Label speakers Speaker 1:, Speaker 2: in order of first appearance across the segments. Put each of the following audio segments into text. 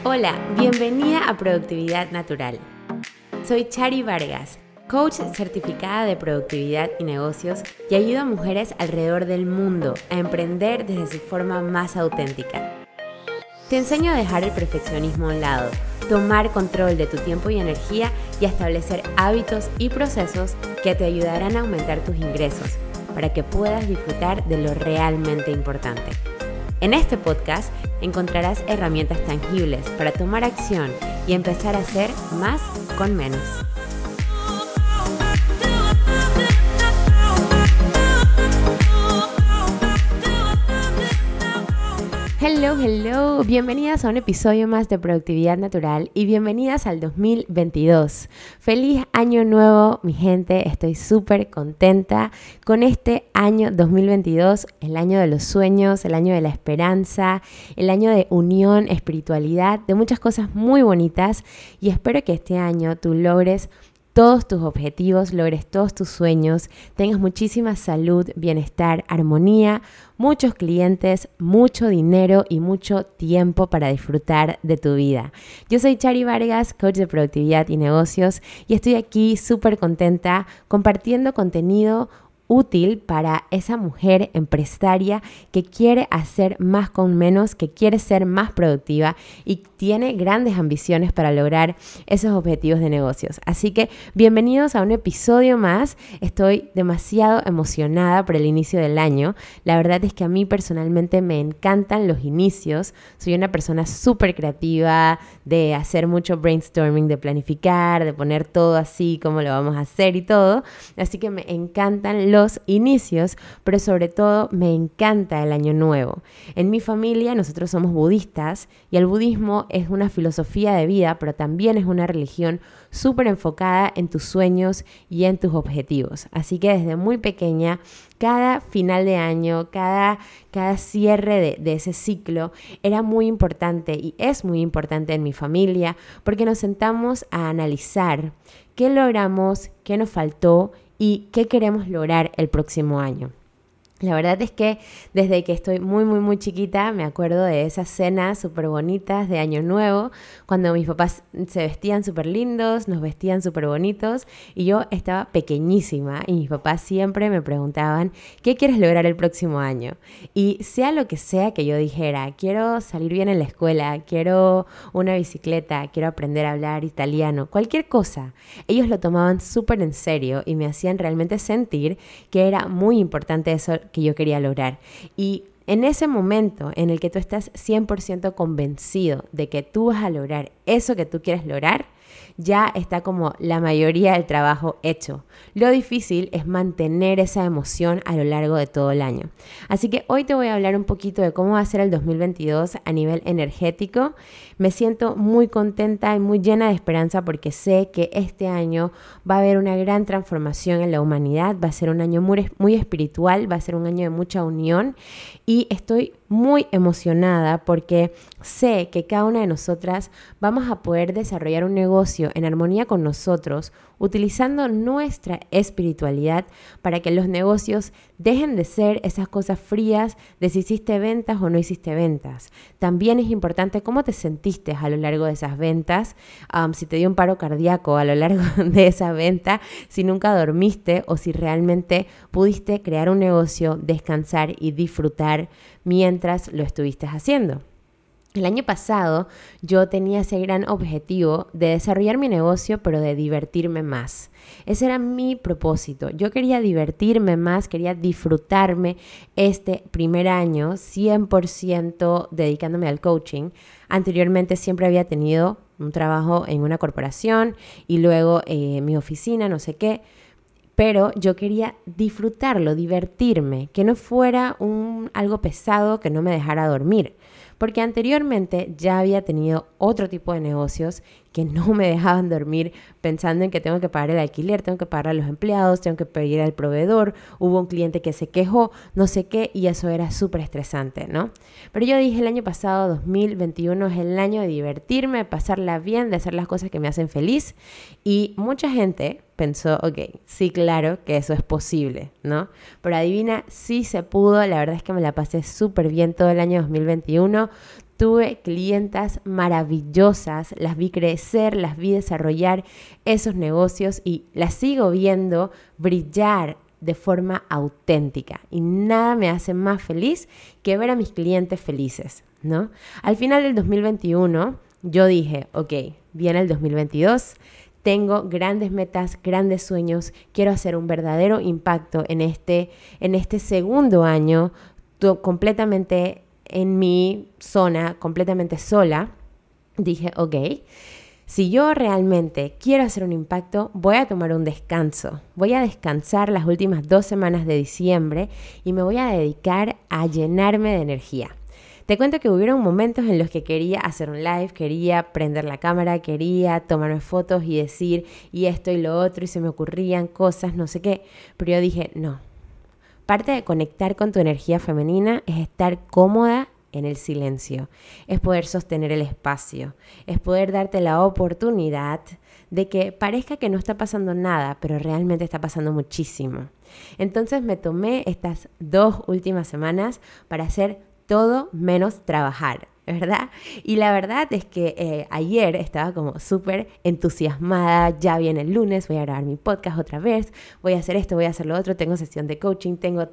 Speaker 1: Hola, bienvenida a Productividad Natural. Soy Chari Vargas, coach certificada de productividad y negocios y ayudo a mujeres alrededor del mundo a emprender desde su forma más auténtica. Te enseño a dejar el perfeccionismo a un lado, tomar control de tu tiempo y energía y a establecer hábitos y procesos que te ayudarán a aumentar tus ingresos para que puedas disfrutar de lo realmente importante. En este podcast encontrarás herramientas tangibles para tomar acción y empezar a hacer más con menos. Hello, bienvenidas a un episodio más de Productividad Natural y bienvenidas al 2022. Feliz año nuevo, mi gente, estoy súper contenta con este año 2022, el año de los sueños, el año de la esperanza, el año de unión, espiritualidad, de muchas cosas muy bonitas y espero que este año tú logres todos tus objetivos, logres todos tus sueños, tengas muchísima salud, bienestar, armonía, muchos clientes, mucho dinero y mucho tiempo para disfrutar de tu vida. Yo soy Chari Vargas, coach de productividad y negocios y estoy aquí súper contenta compartiendo contenido útil para esa mujer empresaria que quiere hacer más con menos, que quiere ser más productiva y tiene grandes ambiciones para lograr esos objetivos de negocios. Así que bienvenidos a un episodio más. Estoy demasiado emocionada por el inicio del año. La verdad es que a mí personalmente me encantan los inicios. Soy una persona súper creativa, de hacer mucho brainstorming, de planificar, de poner todo así como lo vamos a hacer y todo. Así que me encantan los inicios, pero sobre todo me encanta el año nuevo. En mi familia nosotros somos budistas y el budismo es una filosofía de vida, pero también es una religión súper enfocada en tus sueños y en tus objetivos. Así que desde muy pequeña, cada final de año, cada cierre de ese ciclo era muy importante y es muy importante en mi familia porque nos sentamos a analizar qué logramos, qué nos faltó y qué queremos lograr el próximo año. La verdad es que desde que estoy muy chiquita me acuerdo de esas cenas súper bonitas de Año Nuevo, cuando mis papás se vestían súper lindos, nos vestían súper bonitos y yo estaba pequeñísima y mis papás siempre me preguntaban, ¿qué quieres lograr el próximo año? Y sea lo que sea que yo dijera, quiero salir bien en la escuela, quiero una bicicleta, quiero aprender a hablar italiano, cualquier cosa, ellos lo tomaban súper en serio y me hacían realmente sentir que era muy importante eso que yo quería lograr. Y en ese momento en el que tú estás 100% convencido de que tú vas a lograr eso que tú quieres lograr, ya está como la mayoría del trabajo hecho. Lo difícil es mantener esa emoción a lo largo de todo el año. Así que hoy te voy a hablar un poquito de cómo va a ser el 2022 a nivel energético. Me siento muy contenta y muy llena de esperanza porque sé que este año va a haber una gran transformación en la humanidad. Va a ser un año muy espiritual, va a ser un año de mucha unión y estoy muy emocionada porque sé que cada una de nosotras vamos a poder desarrollar un negocio en armonía con nosotros, utilizando nuestra espiritualidad para que los negocios dejen de ser esas cosas frías de si hiciste ventas o no hiciste ventas. También es importante cómo te sentiste a lo largo de esas ventas, si te dio un paro cardíaco a lo largo de esa venta, si nunca dormiste o si realmente pudiste crear un negocio, descansar y disfrutar mientras lo estuviste haciendo. El año pasado yo tenía ese gran objetivo de desarrollar mi negocio, pero de divertirme más. Ese era mi propósito. Yo quería divertirme más, quería disfrutarme este primer año 100% dedicándome al coaching. Anteriormente siempre había tenido un trabajo en una corporación y luego mi oficina, no sé qué. Pero yo quería disfrutarlo, divertirme, que no fuera algo pesado que no me dejara dormir. Porque anteriormente ya había tenido otro tipo de negocios que no me dejaban dormir pensando en que tengo que pagar el alquiler, tengo que pagar a los empleados, tengo que pedir al proveedor, hubo un cliente que se quejó, no sé qué, y eso era súper estresante, ¿no? Pero yo dije el año pasado, 2021, es el año de divertirme, de pasarla bien, de hacer las cosas que me hacen feliz, y mucha gente pensó, ok, sí, claro que eso es posible, ¿no? Pero adivina, sí se pudo, la verdad es que me la pasé súper bien todo el año 2021, tuve clientas maravillosas, las vi crecer, las vi desarrollar esos negocios y las sigo viendo brillar de forma auténtica. Y nada me hace más feliz que ver a mis clientes felices, ¿no? Al final del 2021, yo dije, ok, viene el 2022, tengo grandes metas, grandes sueños, quiero hacer un verdadero impacto en este segundo año, completamente en mi zona, completamente sola. Dije, ok, si yo realmente quiero hacer un impacto, voy a tomar un descanso. Voy a descansar las últimas 2 semanas de diciembre y me voy a dedicar a llenarme de energía. Te cuento que hubieron momentos en los que quería hacer un live, quería prender la cámara, quería tomarme fotos y decir y esto y lo otro y se me ocurrían cosas, no sé qué. Pero yo dije, no. Parte de conectar con tu energía femenina es estar cómoda en el silencio, es poder sostener el espacio, es poder darte la oportunidad de que parezca que no está pasando nada, pero realmente está pasando muchísimo. Entonces me tomé estas 2 últimas semanas para hacer todo menos trabajar, ¿verdad? Y la verdad es que ayer estaba como súper entusiasmada, ya viene el lunes, voy a grabar mi podcast otra vez, voy a hacer esto, voy a hacer lo otro, tengo sesión de coaching, tengo,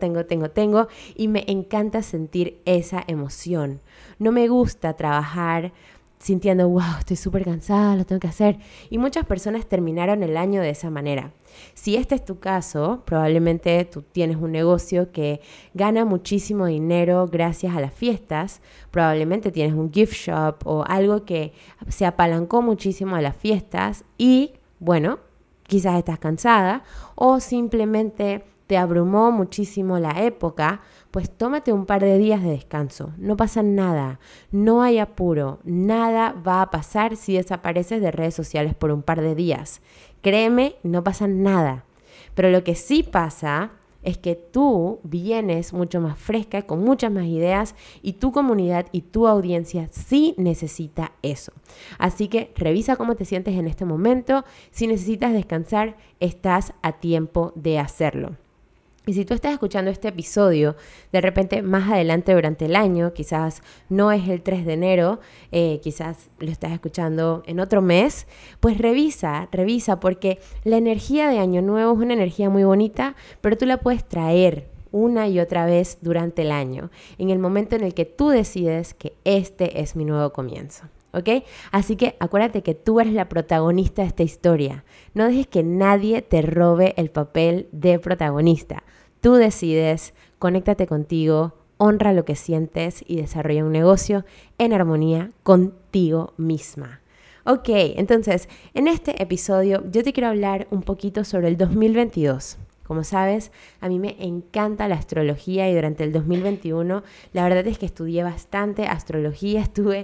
Speaker 1: y me encanta sentir esa emoción. No me gusta trabajar sintiendo, wow, estoy súper cansada, lo tengo que hacer. Y muchas personas terminaron el año de esa manera. Si este es tu caso, probablemente tú tienes un negocio que gana muchísimo dinero gracias a las fiestas, probablemente tienes un gift shop o algo que se apalancó muchísimo a las fiestas y, bueno, quizás estás cansada o simplemente te abrumó muchísimo la época, pues tómate un par de días de descanso. No pasa nada, no hay apuro, nada va a pasar si desapareces de redes sociales por un par de días. Créeme, no pasa nada. Pero lo que sí pasa es que tú vienes mucho más fresca, con muchas más ideas y tu comunidad y tu audiencia sí necesita eso. Así que revisa cómo te sientes en este momento. Si necesitas descansar, estás a tiempo de hacerlo. Y si tú estás escuchando este episodio, de repente más adelante durante el año, quizás no es el 3 de enero, quizás lo estás escuchando en otro mes, pues revisa, porque la energía de Año Nuevo es una energía muy bonita, pero tú la puedes traer una y otra vez durante el año, en el momento en el que tú decides que este es mi nuevo comienzo. ¿Ok? Así que acuérdate que tú eres la protagonista de esta historia. No dejes que nadie te robe el papel de protagonista. Tú decides, conéctate contigo, honra lo que sientes y desarrolla un negocio en armonía contigo misma. Ok, entonces, en este episodio yo te quiero hablar un poquito sobre el 2022. Como sabes, a mí me encanta la astrología y durante el 2021 la verdad es que estudié bastante astrología, estuve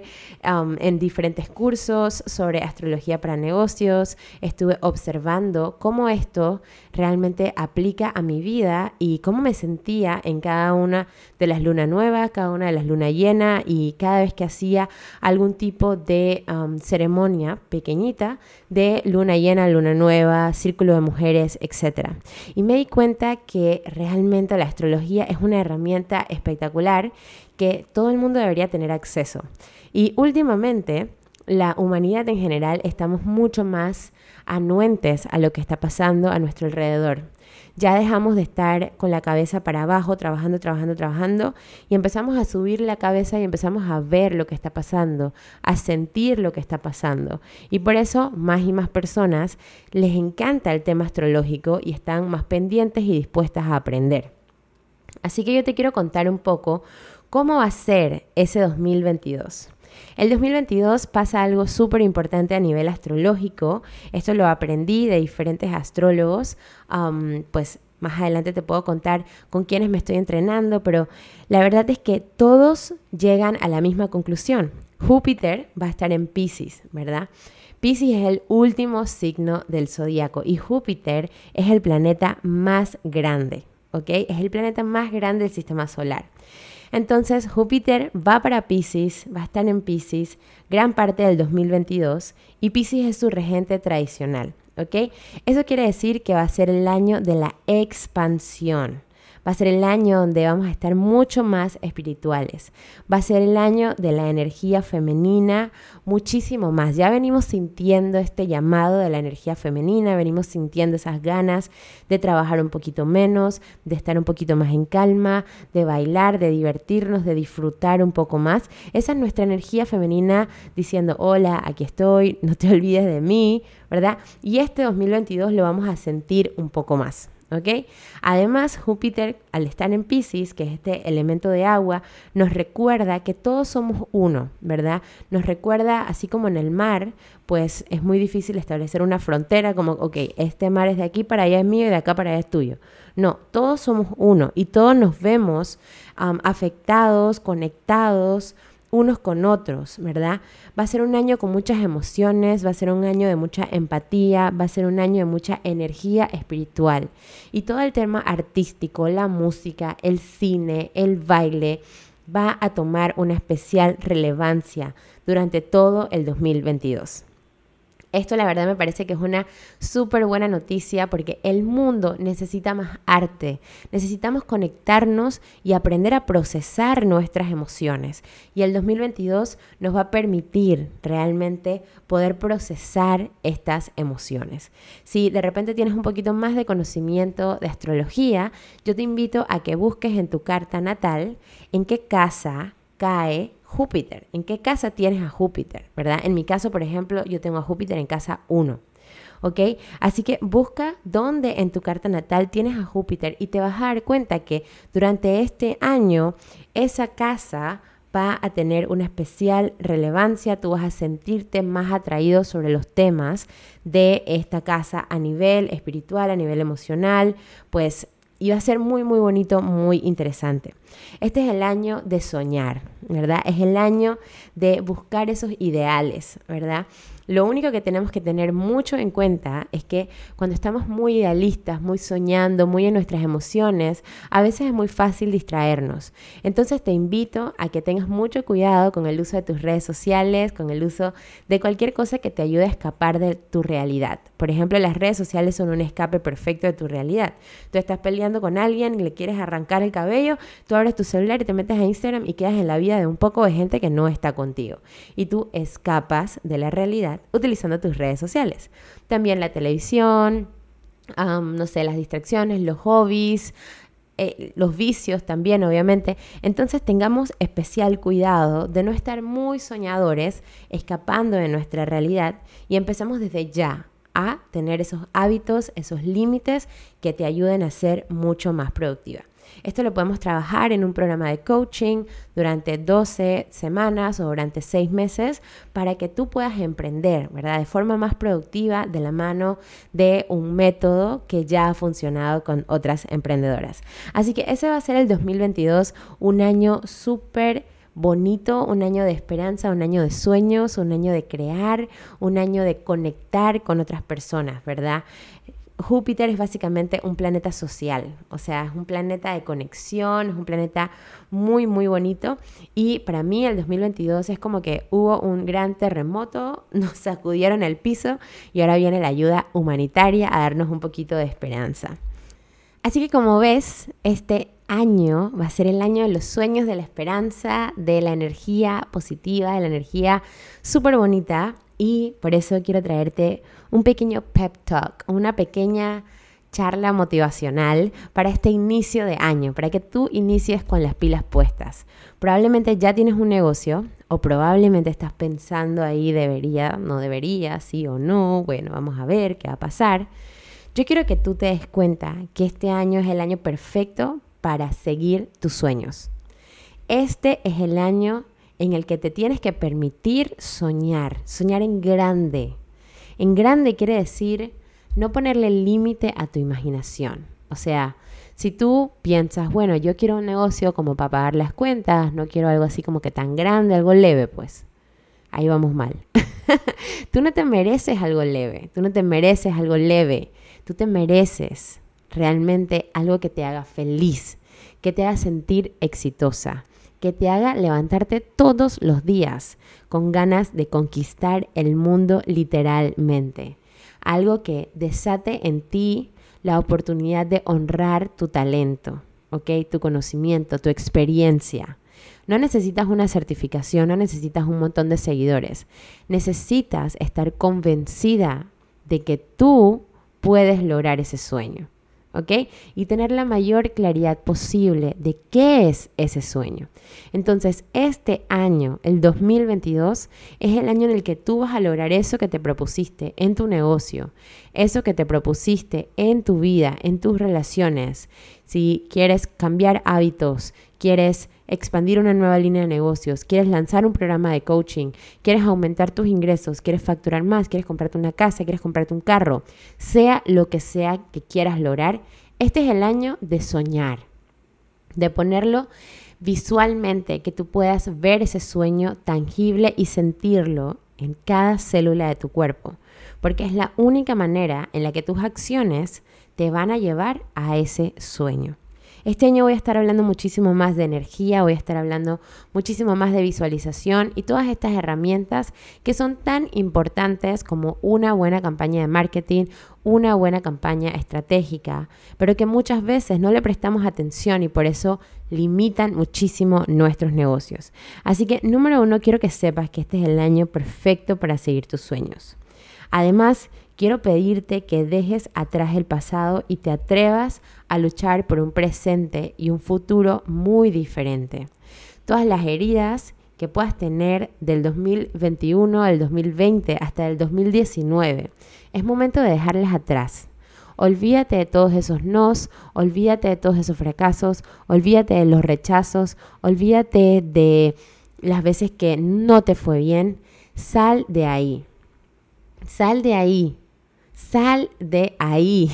Speaker 1: en diferentes cursos sobre astrología para negocios, estuve observando cómo esto realmente aplica a mi vida y cómo me sentía en cada una de las lunas nuevas, cada una de las lunas llenas y cada vez que hacía algún tipo de ceremonia pequeñita de luna llena, luna nueva, círculo de mujeres, etc. Y me di cuenta que realmente la astrología es una herramienta espectacular que todo el mundo debería tener acceso. Y últimamente, la humanidad en general estamos mucho más anuentes a lo que está pasando a nuestro alrededor. Ya dejamos de estar con la cabeza para abajo, trabajando y empezamos a subir la cabeza y empezamos a ver lo que está pasando, a sentir lo que está pasando. Y por eso más y más personas les encanta el tema astrológico y están más pendientes y dispuestas a aprender. Así que yo te quiero contar un poco cómo va a ser ese 2022. El 2022 pasa algo súper importante a nivel astrológico. Esto lo aprendí de diferentes astrólogos. Pues más adelante te puedo contar con quiénes me estoy entrenando, pero la verdad es que todos llegan a la misma conclusión. Júpiter va a estar en Piscis, ¿verdad? Piscis es el último signo del zodíaco y Júpiter es el planeta más grande, ¿ok? Es el planeta más grande del sistema solar. Entonces Júpiter va para Piscis, va a estar en Piscis gran parte del 2022 y Piscis es su regente tradicional, ¿ok? Eso quiere decir que va a ser el año de la expansión. Va a ser el año donde vamos a estar mucho más espirituales. Va a ser el año de la energía femenina, muchísimo más. Ya venimos sintiendo este llamado de la energía femenina, venimos sintiendo esas ganas de trabajar un poquito menos, de estar un poquito más en calma, de bailar, de divertirnos, de disfrutar un poco más. Esa es nuestra energía femenina diciendo, hola, aquí estoy, no te olvides de mí, ¿verdad? Y este 2022 lo vamos a sentir un poco más. ¿Ok? Además, Júpiter, al estar en Piscis, que es este elemento de agua, nos recuerda que todos somos uno, ¿verdad? Nos recuerda, así como en el mar, pues es muy difícil establecer una frontera como, ok, este mar es de aquí para allá es mío y de acá para allá es tuyo. No, todos somos uno y todos nos vemos afectados, conectados, unos con otros, ¿verdad? Va a ser un año con muchas emociones, va a ser un año de mucha empatía, va a ser un año de mucha energía espiritual. Y todo el tema artístico, la música, el cine, el baile, va a tomar una especial relevancia durante todo el 2022. Esto la verdad me parece que es una súper buena noticia porque el mundo necesita más arte. Necesitamos conectarnos y aprender a procesar nuestras emociones. Y el 2022 nos va a permitir realmente poder procesar estas emociones. Si de repente tienes un poquito más de conocimiento de astrología, yo te invito a que busques en tu carta natal en qué casa cae Júpiter. ¿En qué casa tienes a Júpiter? ¿Verdad? En mi caso, por ejemplo, yo tengo a Júpiter en casa 1. ¿Ok? Así que busca dónde en tu carta natal tienes a Júpiter y te vas a dar cuenta que durante este año esa casa va a tener una especial relevancia. Tú vas a sentirte más atraído sobre los temas de esta casa a nivel espiritual, a nivel emocional, pues y va a ser muy, muy bonito, muy interesante. Este es el año de soñar, ¿verdad? Es el año de buscar esos ideales, ¿verdad? Lo único que tenemos que tener mucho en cuenta es que cuando estamos muy idealistas, muy soñando, muy en nuestras emociones, a veces es muy fácil distraernos. Entonces te invito a que tengas mucho cuidado con el uso de tus redes sociales, con el uso de cualquier cosa que te ayude a escapar de tu realidad. Por ejemplo, las redes sociales son un escape perfecto de tu realidad. Tú estás peleando con alguien y le quieres arrancar el cabello, tú abres tu celular y te metes a Instagram y quedas en la vida de un poco de gente que no está contigo. Y tú escapas de la realidad utilizando tus redes sociales. También la televisión, no sé, las distracciones, los hobbies, los vicios también, obviamente. Entonces tengamos especial cuidado de no estar muy soñadores, escapando de nuestra realidad y empecemos desde ya a tener esos hábitos, esos límites que te ayuden a ser mucho más productiva. Esto lo podemos trabajar en un programa de coaching durante 12 semanas o durante 6 meses para que tú puedas emprender, ¿verdad? De forma más productiva de la mano de un método que ya ha funcionado con otras emprendedoras. Así que ese va a ser el 2022, un año súper bonito, un año de esperanza, un año de sueños, un año de crear, un año de conectar con otras personas, ¿verdad? Júpiter es básicamente un planeta social, o sea, es un planeta de conexión, es un planeta muy, muy bonito y para mí el 2022 es como que hubo un gran terremoto, nos sacudieron el piso y ahora viene la ayuda humanitaria a darnos un poquito de esperanza. Así que como ves, este año va a ser el año de los sueños, de la esperanza, de la energía positiva, de la energía súper bonita. Y por eso quiero traerte un pequeño pep talk, una pequeña charla motivacional para este inicio de año, para que tú inicies con las pilas puestas. Probablemente ya tienes un negocio o probablemente estás pensando ahí, debería, no debería, sí o no, bueno, vamos a ver qué va a pasar. Yo quiero que tú te des cuenta que este año es el año perfecto para seguir tus sueños. Este es el año en el que te tienes que permitir soñar en grande. En grande quiere decir no ponerle límite a tu imaginación. O sea, si tú piensas, bueno, yo quiero un negocio como para pagar las cuentas, no quiero algo así como que tan grande, algo leve, pues ahí vamos mal. Tú no te mereces algo leve, tú no te mereces algo leve, tú te mereces realmente algo que te haga feliz, que te haga sentir exitosa, que te haga levantarte todos los días con ganas de conquistar el mundo literalmente. Algo que desate en ti la oportunidad de honrar tu talento, ¿ok? Tu conocimiento, tu experiencia. No necesitas una certificación, no necesitas un montón de seguidores. Necesitas estar convencida de que tú puedes lograr ese sueño, ¿ok? Y tener la mayor claridad posible de qué es ese sueño. Entonces, este año, el 2022, es el año en el que tú vas a lograr eso que te propusiste en tu negocio, eso que te propusiste en tu vida, en tus relaciones. Si quieres cambiar hábitos, quieres expandir una nueva línea de negocios, quieres lanzar un programa de coaching, quieres aumentar tus ingresos, quieres facturar más, quieres comprarte una casa, quieres comprarte un carro, sea lo que sea que quieras lograr, este es el año de soñar, de ponerlo visualmente, que tú puedas ver ese sueño tangible y sentirlo en cada célula de tu cuerpo, porque es la única manera en la que tus acciones te van a llevar a ese sueño. Este año voy a estar hablando muchísimo más de energía, voy a estar hablando muchísimo más de visualización y todas estas herramientas que son tan importantes como una buena campaña de marketing, una buena campaña estratégica, pero que muchas veces no le prestamos atención y por eso limitan muchísimo nuestros negocios. Así que, número 1, quiero que sepas que este es el año perfecto para seguir tus sueños. Además, quiero pedirte que dejes atrás el pasado y te atrevas a luchar por un presente y un futuro muy diferente. Todas las heridas que puedas tener del 2021 al 2020 hasta el 2019, es momento de dejarlas atrás. Olvídate de todos esos nos, olvídate de todos esos fracasos, olvídate de los rechazos, olvídate de las veces que no te fue bien. Sal de ahí. Sal de ahí. Sal de ahí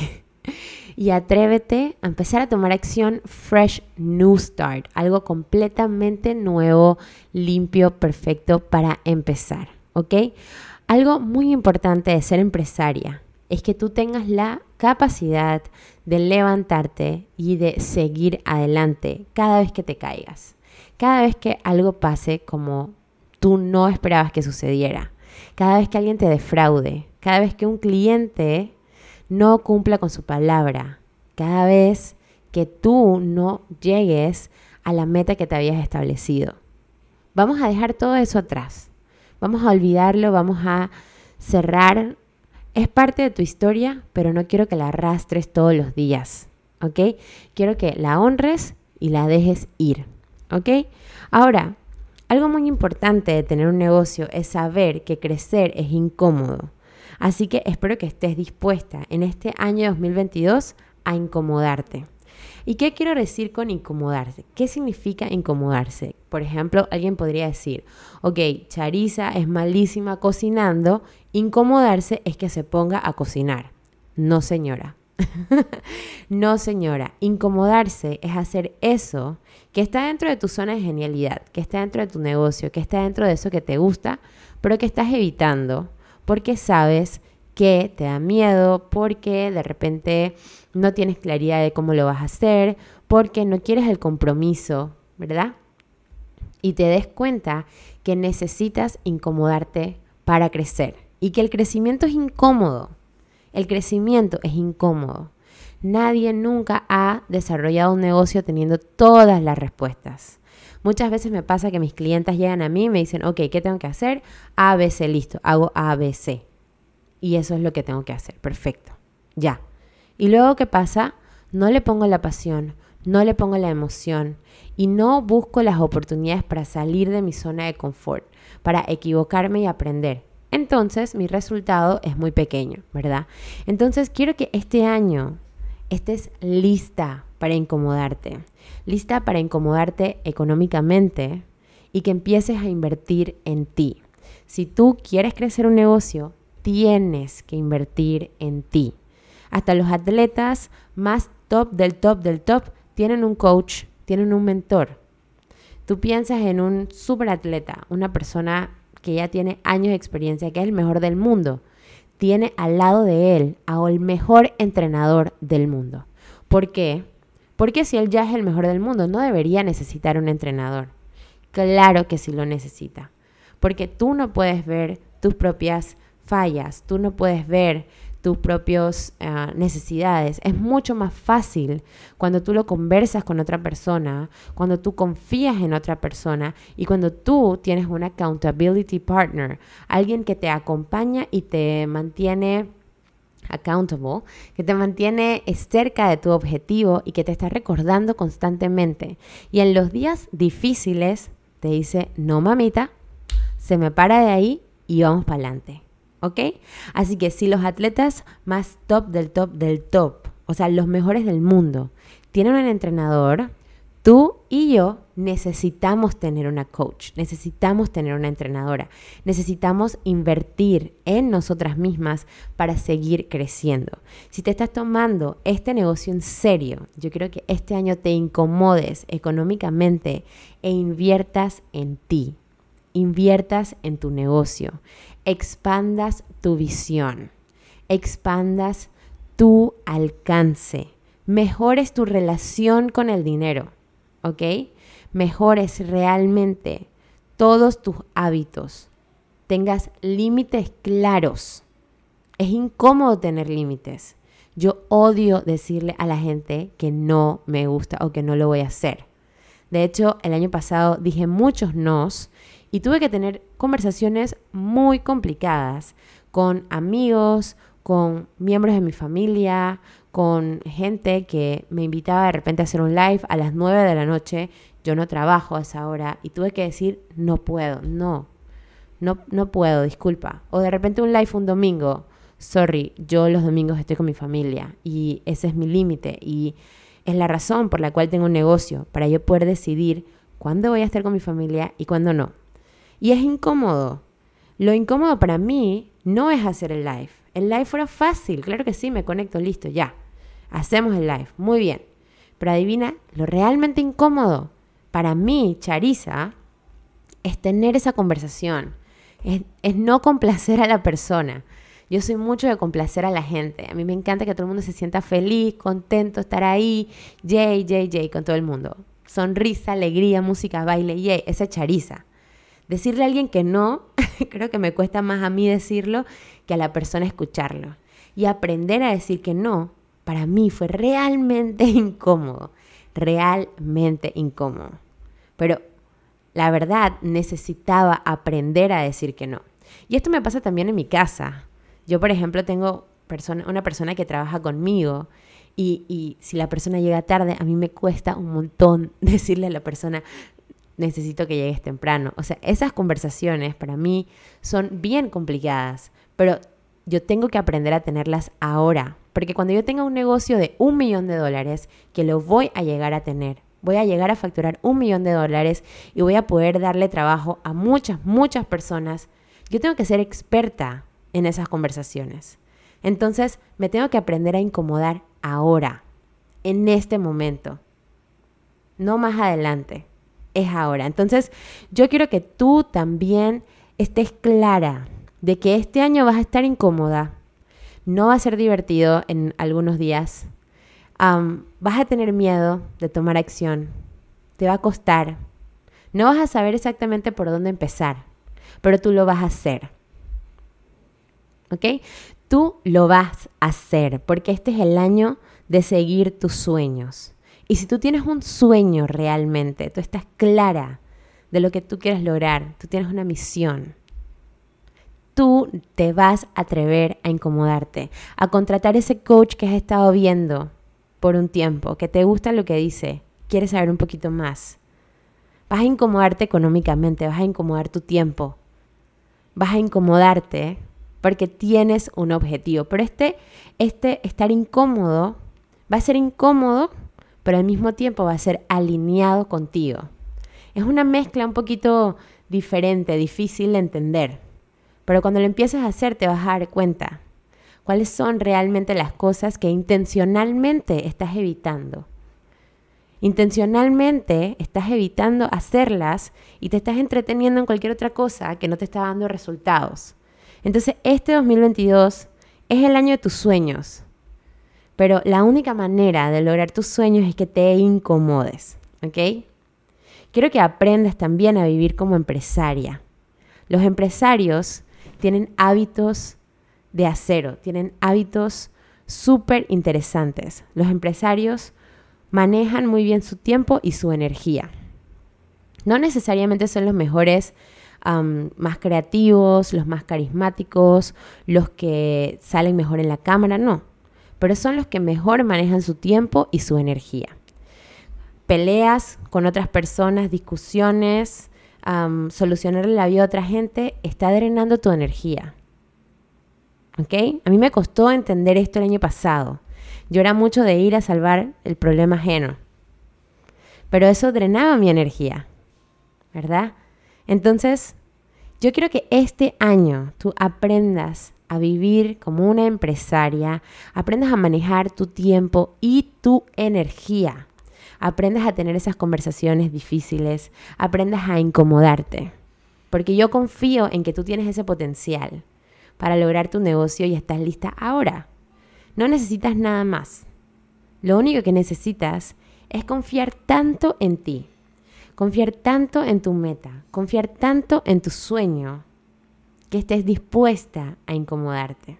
Speaker 1: y atrévete a empezar a tomar acción fresh new start, algo completamente nuevo, limpio, perfecto para empezar, ¿ok? Algo muy importante de ser empresaria es que tú tengas la capacidad de levantarte y de seguir adelante cada vez que te caigas, cada vez que algo pase como tú no esperabas que sucediera, cada vez que alguien te defraude, cada vez que un cliente no cumpla con su palabra, cada vez que tú no llegues a la meta que te habías establecido. Vamos a dejar todo eso atrás. Vamos a olvidarlo, vamos a cerrar. Es parte de tu historia, pero no quiero que la arrastres todos los días, ¿ok? Quiero que la honres y la dejes ir, ¿ok? Ahora, algo muy importante de tener un negocio es saber que crecer es incómodo. Así que espero que estés dispuesta en este año 2022 a incomodarte. ¿Y qué quiero decir con incomodarse? ¿Qué significa incomodarse? Por ejemplo, alguien podría decir, ok, Charisa es malísima cocinando, incomodarse es que se ponga a cocinar. No, señora. No, señora. Incomodarse es hacer eso que está dentro de tu zona de genialidad, que está dentro de tu negocio, que está dentro de eso que te gusta, pero que estás evitando porque sabes que te da miedo, porque de repente no tienes claridad de cómo lo vas a hacer, porque no quieres el compromiso, ¿verdad? Y te des cuenta que necesitas incomodarte para crecer y que el crecimiento es incómodo. El crecimiento es incómodo. Nadie nunca ha desarrollado un negocio teniendo todas las respuestas. Muchas veces me pasa que mis clientes llegan a mí y me dicen, ok, ¿qué tengo que hacer? A, B, C, listo, hago A, B, C. Y eso es lo que tengo que hacer, perfecto, ya. Y luego, ¿qué pasa? No le pongo la pasión, no le pongo la emoción y no busco las oportunidades para salir de mi zona de confort, para equivocarme y aprender. Entonces, mi resultado es muy pequeño, ¿verdad? Entonces, quiero que este año estés lista para incomodarte económicamente y que empieces a invertir en ti. Si tú quieres crecer un negocio, tienes que invertir en ti. Hasta los atletas más top del top tienen un coach, tienen un mentor. Tú piensas en un superatleta, una persona que ya tiene años de experiencia, que es el mejor del mundo. Tiene al lado de él al mejor entrenador del mundo. ¿Por qué? Porque si él ya es el mejor del mundo, no debería necesitar un entrenador. Claro que sí lo necesita. Porque tú no puedes ver tus propias fallas, tú no puedes ver tus propias necesidades. Es mucho más fácil cuando tú lo conversas con otra persona, cuando tú confías en otra persona y cuando tú tienes un accountability partner, alguien que te acompaña y te mantiene accountable, que te mantiene cerca de tu objetivo y que te está recordando constantemente. Y en los días difíciles te dice, no mamita, se me para de ahí y vamos para adelante. ¿Ok? Así que si los atletas más top del top del top, o sea, los mejores del mundo, tienen un entrenador, tú y yo necesitamos tener una coach, necesitamos tener una entrenadora, necesitamos invertir en nosotras mismas para seguir creciendo. Si te estás tomando este negocio en serio, yo quiero que este año te incomodes económicamente e inviertas en ti. Inviertas en tu negocio, expandas tu visión, expandas tu alcance, mejores tu relación con el dinero, ¿ok? Mejores realmente todos tus hábitos, tengas límites claros. Es incómodo tener límites. Yo odio decirle a la gente que no me gusta o que no lo voy a hacer. De hecho, el año pasado dije muchos nos y tuve que tener conversaciones muy complicadas con amigos, con miembros de mi familia, con gente que me invitaba de repente a hacer un live a las 9 de la noche. Yo no trabajo a esa hora y tuve que decir, no puedo, no puedo, disculpa. O de repente un live un domingo, sorry, yo los domingos estoy con mi familia y ese es mi límite y es la razón por la cual tengo un negocio, para yo poder decidir cuándo voy a estar con mi familia y cuándo no. Y es incómodo. Lo incómodo para mí no es hacer el live. El live fuera fácil, claro que sí, me conecto, listo, ya. Hacemos el live, muy bien. Pero adivina, lo realmente incómodo para mí, Charisa, es tener esa conversación. Es no complacer a la persona. Yo soy mucho de complacer a la gente. A mí me encanta que todo el mundo se sienta feliz, contento, estar ahí, yay, con todo el mundo. Sonrisa, alegría, música, baile, yay, esa es Charisa. Decirle a alguien que no, creo que me cuesta más a mí decirlo que a la persona escucharlo. Y aprender a decir que no, para mí fue realmente incómodo. Pero la verdad, necesitaba aprender a decir que no. Y esto me pasa también en mi casa. Yo, por ejemplo, tengo una persona que trabaja conmigo y si la persona llega tarde, a mí me cuesta un montón decirle a la persona, necesito que llegues temprano. O sea, esas conversaciones para mí son bien complicadas, pero yo tengo que aprender a tenerlas ahora. Porque cuando yo tenga un negocio de $1 millón, que lo voy a llegar a tener, voy a llegar a facturar $1 millón y voy a poder darle trabajo a muchas personas, yo tengo que ser experta en esas conversaciones. Entonces, me tengo que aprender a incomodar ahora, en este momento, no más adelante. Es ahora. Entonces, yo quiero que tú también estés clara de que este año vas a estar incómoda. No va a ser divertido en algunos días. Vas a tener miedo de tomar acción. Te va a costar. No vas a saber exactamente por dónde empezar, pero tú lo vas a hacer. ¿Ok? Tú lo vas a hacer porque este es el año de seguir tus sueños. Y si tú tienes un sueño realmente, tú estás clara de lo que tú quieres lograr, tú tienes una misión, tú te vas a atrever a incomodarte, a contratar ese coach que has estado viendo por un tiempo, que te gusta lo que dice, quieres saber un poquito más. Vas a incomodarte económicamente, vas a incomodar tu tiempo, vas a incomodarte porque tienes un objetivo. Pero este estar incómodo va a ser incómodo, pero al mismo tiempo va a ser alineado contigo. Es una mezcla un poquito diferente, difícil de entender. Pero cuando lo empiezas a hacer te vas a dar cuenta cuáles son realmente las cosas que intencionalmente estás evitando. Intencionalmente estás evitando hacerlas y te estás entreteniendo en cualquier otra cosa que no te está dando resultados. Entonces, este 2022 es el año de tus sueños. Pero la única manera de lograr tus sueños es que te incomodes, ¿ok? Quiero que aprendas también a vivir como empresaria. Los empresarios tienen hábitos de acero, tienen hábitos súper interesantes. Los empresarios manejan muy bien su tiempo y su energía. No necesariamente son los mejores, más creativos, los más carismáticos, los que salen mejor en la cámara, no. Pero son los que mejor manejan su tiempo y su energía. Peleas con otras personas, discusiones, solucionarle la vida a otra gente, está drenando tu energía. ¿Ok? A mí me costó entender esto el año pasado. Yo era mucho de ir a salvar el problema ajeno. Pero eso drenaba mi energía, ¿verdad? Entonces, yo quiero que este año tú aprendas a vivir como una empresaria, aprendas a manejar tu tiempo y tu energía. Aprendas a tener esas conversaciones difíciles, aprendas a incomodarte. Porque yo confío en que tú tienes ese potencial para lograr tu negocio y estás lista ahora. No necesitas nada más. Lo único que necesitas es confiar tanto en ti, confiar tanto en tu meta, confiar tanto en tu sueño, que estés dispuesta a incomodarte.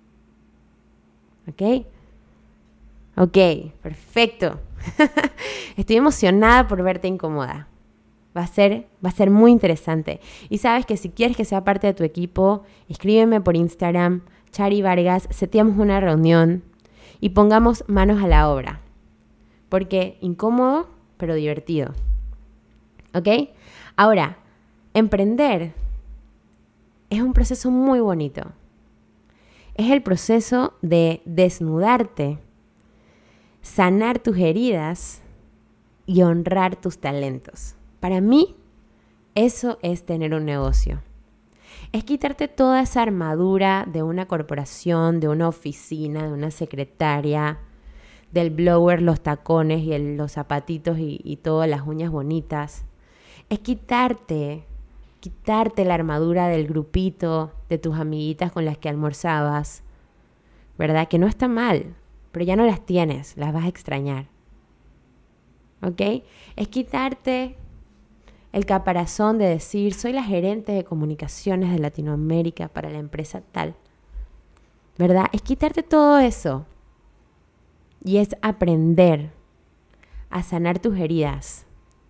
Speaker 1: ¿Ok? Ok, perfecto. Estoy emocionada por verte incómoda. Va a ser muy interesante. Y sabes que si quieres que sea parte de tu equipo, escríbeme por Instagram, Chari Vargas, seteamos una reunión y pongamos manos a la obra. Porque incómodo, pero divertido. ¿Ok? Ahora, emprender es un proceso muy bonito. Es el proceso de desnudarte, sanar tus heridas y honrar tus talentos. Para mí, eso es tener un negocio. Es quitarte toda esa armadura de una corporación, de una oficina, de una secretaria, del blower, los tacones y los zapatitos y todas las uñas bonitas. Es quitarte la armadura del grupito, de tus amiguitas con las que almorzabas, ¿verdad? Que no está mal, pero ya no las tienes, las vas a extrañar. ¿Ok? Es quitarte el caparazón de decir, soy la gerente de comunicaciones de Latinoamérica para la empresa tal, ¿verdad? Es quitarte todo eso y es aprender a sanar tus heridas,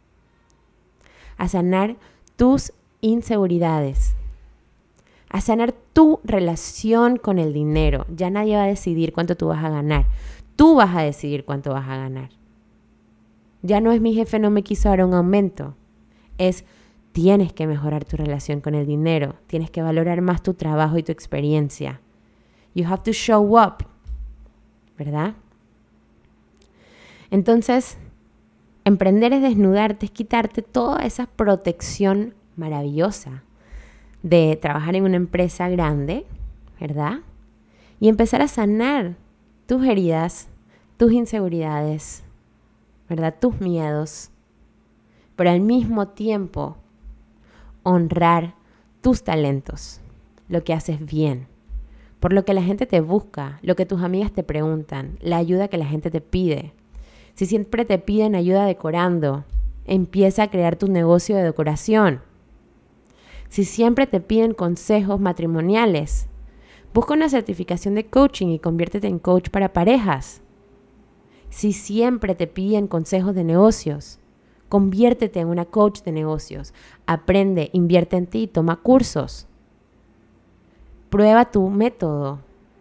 Speaker 1: a sanar tus inseguridades, a sanar tu relación con el dinero. Ya nadie va a decidir cuánto tú vas a ganar. Tú vas a decidir cuánto vas a ganar. Ya no es mi jefe no me quiso dar un aumento. Es tienes que mejorar tu relación con el dinero. Tienes que valorar más tu trabajo y tu experiencia. You have to show up. ¿Verdad? Entonces, emprender es desnudarte, es quitarte toda esa protección maravillosa de trabajar en una empresa grande, ¿verdad? Y empezar a sanar tus heridas, tus inseguridades, ¿verdad? Tus miedos, pero al mismo tiempo honrar tus talentos, lo que haces bien, por lo que la gente te busca, lo que tus amigas te preguntan, la ayuda que la gente te pide. Si siempre te piden ayuda decorando, empieza a crear tu negocio de decoración. Si siempre te piden consejos matrimoniales, busca una certificación de coaching y conviértete en coach para parejas. Si siempre te piden consejos de negocios, conviértete en una coach de negocios. Aprende, invierte en ti, toma cursos. Prueba tu método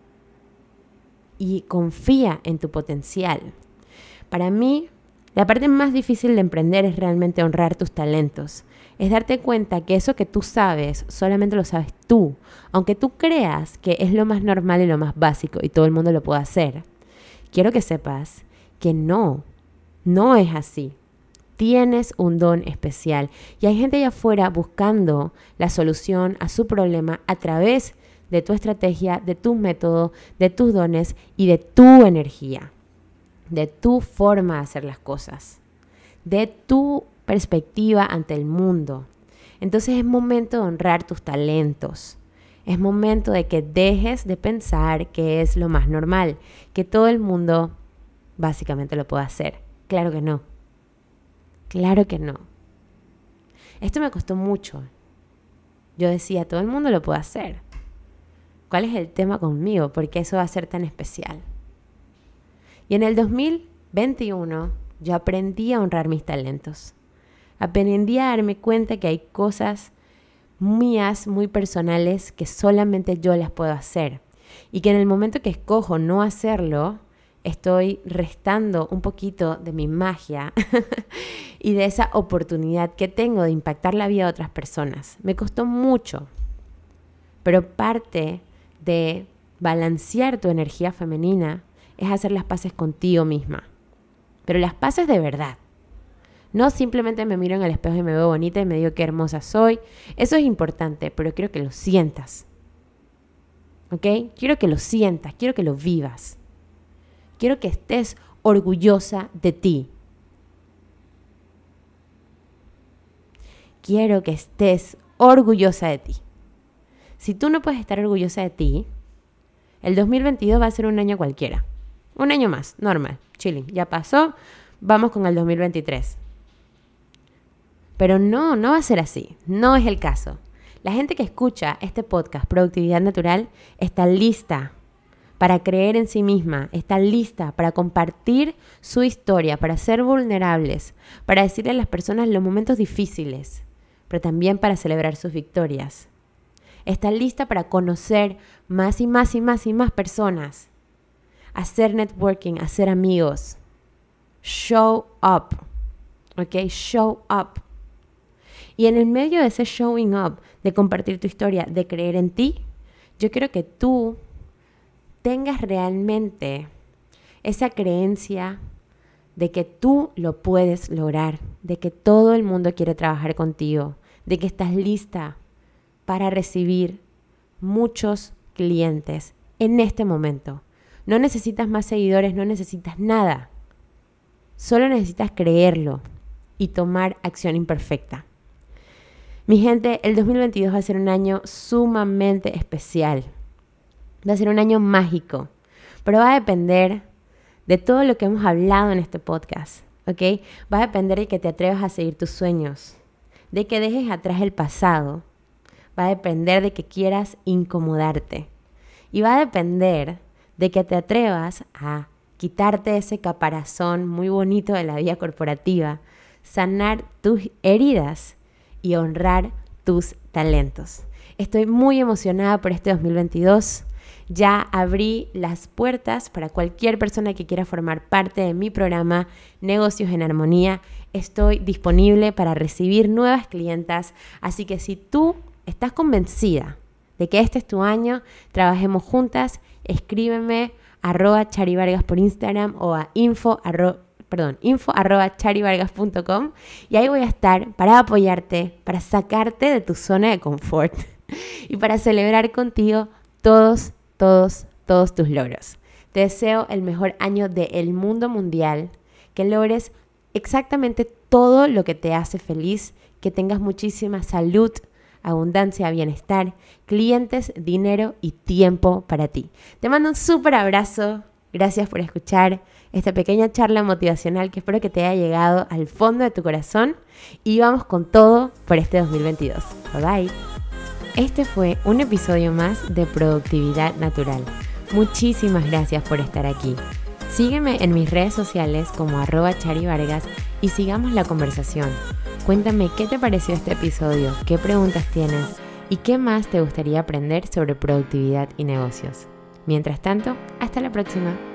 Speaker 1: y confía en tu potencial. Para mí, la parte más difícil de emprender es realmente honrar tus talentos. Es darte cuenta que eso que tú sabes, solamente lo sabes tú. Aunque tú creas que es lo más normal y lo más básico y todo el mundo lo puede hacer. Quiero que sepas que no es así. Tienes un don especial. Y hay gente allá afuera buscando la solución a su problema a través de tu estrategia, de tu método, de tus dones y de tu energía. De tu forma de hacer las cosas. De tu perspectiva ante el mundo. Entonces es momento de honrar tus talentos. Es momento de que dejes de pensar que es lo más normal, que todo el mundo básicamente lo puede hacer. Claro que no. Claro que no. Esto me costó mucho. Yo decía, todo el mundo lo puede hacer. ¿Cuál es el tema conmigo? ¿Por qué eso va a ser tan especial? Y en el 2021 yo aprendí a honrar mis talentos. Aprendí a darme cuenta que hay cosas mías, muy personales, que solamente yo las puedo hacer. Y que en el momento que escojo no hacerlo, estoy restando un poquito de mi magia y de esa oportunidad que tengo de impactar la vida de otras personas. Me costó mucho, pero parte de balancear tu energía femenina es hacer las paces contigo misma. Pero las paces de verdad. No simplemente me miro en el espejo y me veo bonita y me digo qué hermosa soy. Eso es importante, pero quiero que lo sientas. ¿Ok? Quiero que lo sientas, quiero que lo vivas. Quiero que estés orgullosa de ti. Quiero que estés orgullosa de ti. Si tú no puedes estar orgullosa de ti, el 2022 va a ser un año cualquiera. Un año más, normal, chilling. Ya pasó, vamos con el 2023. Pero no va a ser así. No es el caso. La gente que escucha este podcast, Productividad Natural, está lista para creer en sí misma, está lista para compartir su historia, para ser vulnerables, para decirle a las personas los momentos difíciles, pero también para celebrar sus victorias. Está lista para conocer más y más y más y más personas, hacer networking, hacer amigos. Show up, ¿ok? Show up. Y en el medio de ese showing up, de compartir tu historia, de creer en ti, yo quiero que tú tengas realmente esa creencia de que tú lo puedes lograr, de que todo el mundo quiere trabajar contigo, de que estás lista para recibir muchos clientes en este momento. No necesitas más seguidores, no necesitas nada. Solo necesitas creerlo y tomar acción imperfecta. Mi gente, el 2022 va a ser un año sumamente especial. Va a ser un año mágico, pero va a depender de todo lo que hemos hablado en este podcast, ¿ok? Va a depender de que te atrevas a seguir tus sueños, de que dejes atrás el pasado. Va a depender de que quieras incomodarte. Y va a depender de que te atrevas a quitarte ese caparazón muy bonito de la vida corporativa, sanar tus heridas y honrar tus talentos. Estoy muy emocionada por este 2022. Ya abrí las puertas para cualquier persona que quiera formar parte de mi programa Negocios en Armonía. Estoy disponible para recibir nuevas clientas. Así que si tú estás convencida de que este es tu año, trabajemos juntas, escríbeme @charivargas por Instagram o a info@charivargas.com y ahí voy a estar para apoyarte, para sacarte de tu zona de confort y para celebrar contigo todos tus logros. Te deseo el mejor año del mundo mundial, que logres exactamente todo lo que te hace feliz, que tengas muchísima salud, abundancia, bienestar, clientes, dinero y tiempo para ti. Te mando un súper abrazo. Gracias por escuchar esta pequeña charla motivacional que espero que te haya llegado al fondo de tu corazón y vamos con todo por este 2022. Bye bye. Este fue un episodio más de Productividad Natural. Muchísimas gracias por estar aquí. Sígueme en mis redes sociales como @charivargas y sigamos la conversación. Cuéntame qué te pareció este episodio, qué preguntas tienes y qué más te gustaría aprender sobre productividad y negocios. Mientras tanto, hasta la próxima.